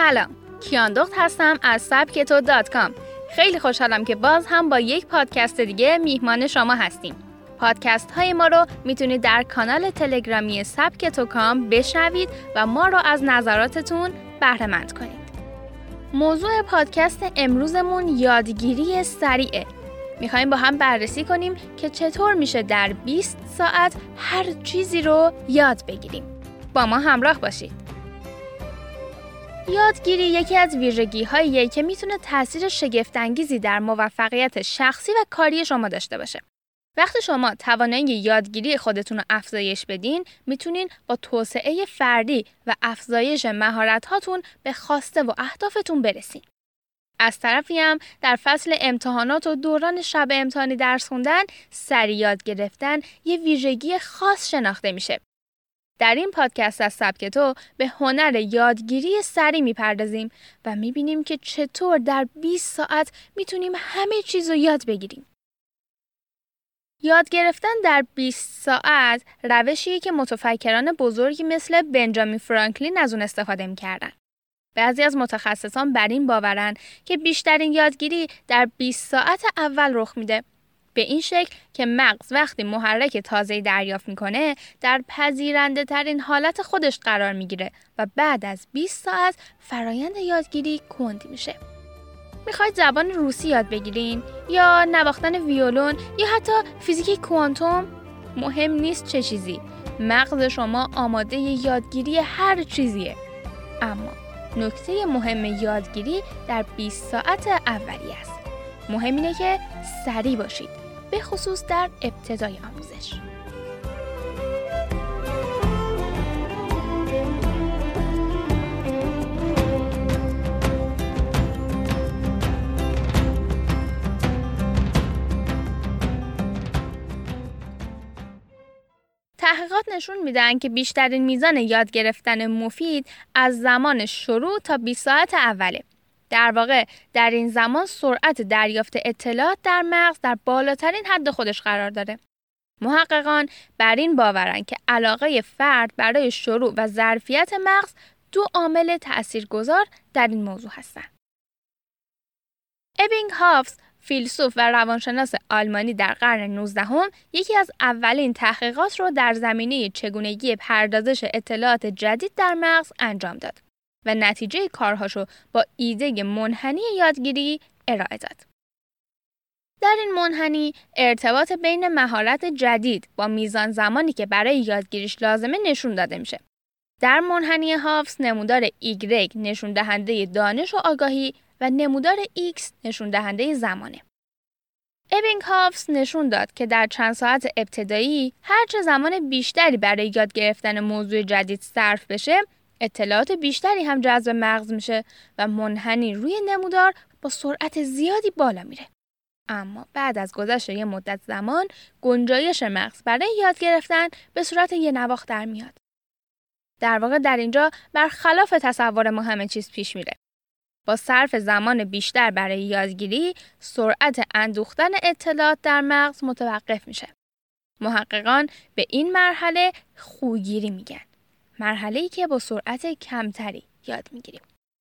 سلام، کیاندخت هستم از سبکتو.com. خیلی خوشحالم که باز هم با یک پادکست دیگه میهمان شما هستیم. پادکست های ما رو میتونید در کانال تلگرامی سبکتو.com بشنوید و ما رو از نظراتتون بهره مند کنید. موضوع پادکست امروزمون یادگیری سریعه. میخوایم با هم بررسی کنیم که چطور میشه در 20 ساعت هر چیزی رو یاد بگیریم. با ما همراه باشید. یادگیری یکی از ویژگی‌هاییه که میتونه تاثیر شگفت‌انگیزی در موفقیت شخصی و کاری شما داشته باشه. وقتی شما توانایی یادگیری خودتون رو افزایش بدین، میتونین با توسعه فردی و افزایش مهارت‌هاتون به خواسته و اهدافتون برسین. از طرفی هم در فصل امتحانات و دوران شب امتحانی درس خوندن، سریع یاد گرفتن یه ویژگی خاص شناخته میشه. در این پادکست از سبکتو به هنر یادگیری سریع میپردازیم و میبینیم که چطور در 20 ساعت میتونیم همه چیز رو یاد بگیریم. یاد گرفتن در 20 ساعت روشیه که متفکران بزرگی مثل بنجامین فرانکلین از اون استفاده میکردن. بعضی از متخصصان بر این باورن که بیشترین یادگیری در 20 ساعت اول رخ میده. به این شکل که مغز وقتی محرک تازه‌ای دریافت میکنه در پذیرنده ترین حالت خودش قرار میگیره و بعد از 20 ساعت فرایند یادگیری کند میشه. میخواید زبان روسی یاد بگیرین یا نواختن ویولون یا حتی فیزیک کوانتوم؟ مهم نیست چه چیزی. مغز شما آماده یادگیری هر چیزیه. اما نکته مهم یادگیری در 20 ساعت اولی است. مهم اینه که سریع باشید. به خصوص در ابتدای آموزش. تحقیقات نشون میدن که بیشترین میزان یاد گرفتن مفید از زمان شروع تا 20 ساعت اوله. در واقع در این زمان سرعت دریافت اطلاعات در مغز در بالاترین حد خودش قرار داره. محققان بر این باورن که علاقه فرد برای شروع و ظرفیت مغز دو عامل تاثیرگذار در این موضوع هستند. ابینگهافس، فیلسوف و روانشناس آلمانی در قرن 19 یکی از اولین تحقیقات رو در زمینه چگونگی پردازش اطلاعات جدید در مغز انجام داد و نتیجه کارهاشو با ایده منحنی یادگیری ارائه داد. در این منحنی ارتباط بین مهارت جدید با میزان زمانی که برای یادگیریش لازمه نشون داده میشه. در منحنی هافس نمودار ایگرگ نشون دهنده دانش و آگاهی و نمودار ایکس نشون دهنده زمانه. ابینگهافس نشون داد که در چند ساعت ابتدایی هرچه زمان بیشتری برای یاد گرفتن موضوع جدید صرف بشه، اطلاعات بیشتری هم جذب مغز میشه و منحنی روی نمودار با سرعت زیادی بالا میره. اما بعد از گذشت یه مدت زمان گنجایش مغز برای یاد گرفتن به صورت یه نواخت در میاد. در واقع در اینجا برخلاف تصور ما همه چیز پیش میره. با صرف زمان بیشتر برای یادگیری سرعت اندوختن اطلاعات در مغز متوقف میشه. محققان به این مرحله خوگیری میگن. مرحله‌ای که با سرعت کمتری یاد میگیریم.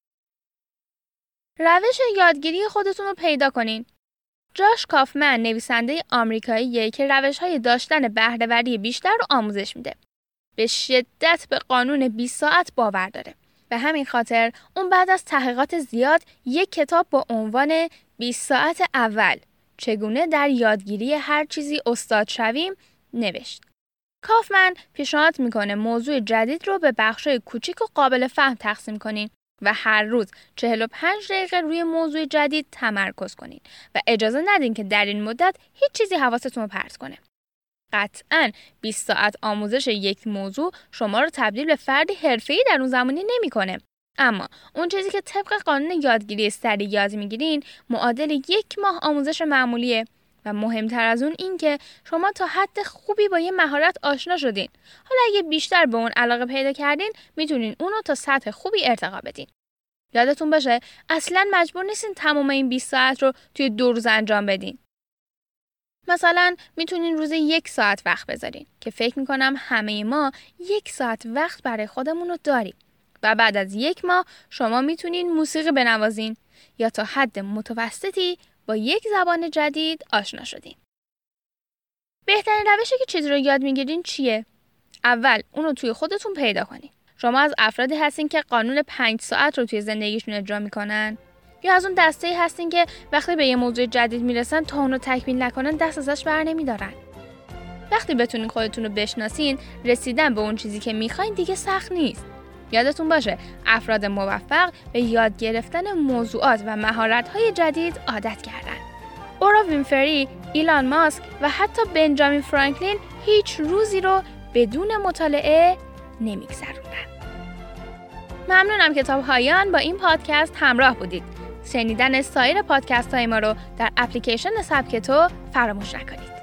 روش یادگیری خودتون رو پیدا کنین. جاش کافمن نویسنده آمریکاییه که روش‌های داشتن بهره‌وری بیشتر رو آموزش میده. به شدت به قانون 20 ساعت باور داره. به همین خاطر اون بعد از تحقیقات زیاد یک کتاب با عنوان 20 ساعت اول چگونه در یادگیری هر چیزی استاد شویم نوشت. کافمن پیشنهاد میکنه موضوع جدید رو به بخشای کوچیک و قابل فهم تقسیم کنین و هر روز 45 دقیقه روی موضوع جدید تمرکز کنین و اجازه ندین که در این مدت هیچ چیزی حواستون رو پرت کنه. قطعاً 20 ساعت آموزش یک موضوع شما رو تبدیل به فردی حرفه‌ای در اون زمانی نمی‌کنه. اما اون چیزی که طبق قانون یادگیری سریع یاد می‌گیرین معادل 1 ماه آموزش معمولیه و مهمتر از اون این که شما تا حد خوبی با یه مهارت آشنا شدین. حالا اگه بیشتر به اون علاقه پیدا کردین میتونین اونو تا سطح خوبی ارتقا بدین. یادتون باشه اصلاً مجبور نیستین تمام این 20 ساعت رو توی 2 روز انجام بدین. مثلا میتونین روزی 1 ساعت وقت بذارین که فکر میکنم همه ما 1 ساعت وقت برای خودمون رو داریم. و بعد از 1 ماه شما میتونین موسیقی بنوازین یا تا حد متوسطی با یک زبان جدید آشنا شدین. بهترین روشی که چیزی رو یاد میگیرین چیه؟ اول اون رو توی خودتون پیدا کنین. شما از افرادی هستین که قانون 5 ساعت رو توی زندگیشون اجرا میکنن؟ یا از اون دسته‌ای هستین که وقتی به یه موضوع جدید میرسن تا اون رو تکمیل نکنن دست ازش بر نمیدارن؟ وقتی بتونین خودتون رو بشناسین، رسیدن به اون چیزی که میخواین دیگه سخت نیست. یادتون باشه افراد موفق به یاد گرفتن موضوعات و مهارت‌های جدید عادت کردن. اورا وینفری، ایلان ماسک و حتی بنجامین فرانکلین هیچ روزی رو بدون مطالعه نمیگذروندن. ممنونم که تا پایان با این پادکست همراه بودید. شنیدن سایر پادکست های ما رو در اپلیکیشن سبک تو فراموش نکنید.